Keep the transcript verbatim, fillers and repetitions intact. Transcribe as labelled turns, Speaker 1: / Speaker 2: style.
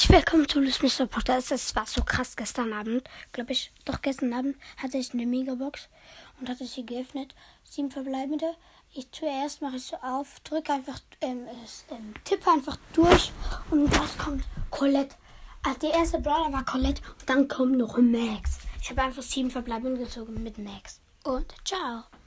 Speaker 1: herzlich willkommen zu Luis Mister Podcast. Es war so krass gestern Abend, glaube ich. Doch gestern Abend hatte ich eine Megabox und hatte sie geöffnet. Sieben verbleibende. Ich zuerst mache ich so auf, drücke einfach, ähm, ähm, tippe einfach durch und was kommt? Colette. Also die erste Brawler war Colette und dann kommt noch Max. Ich habe einfach sieben verbleibende gezogen mit Max. Und ciao.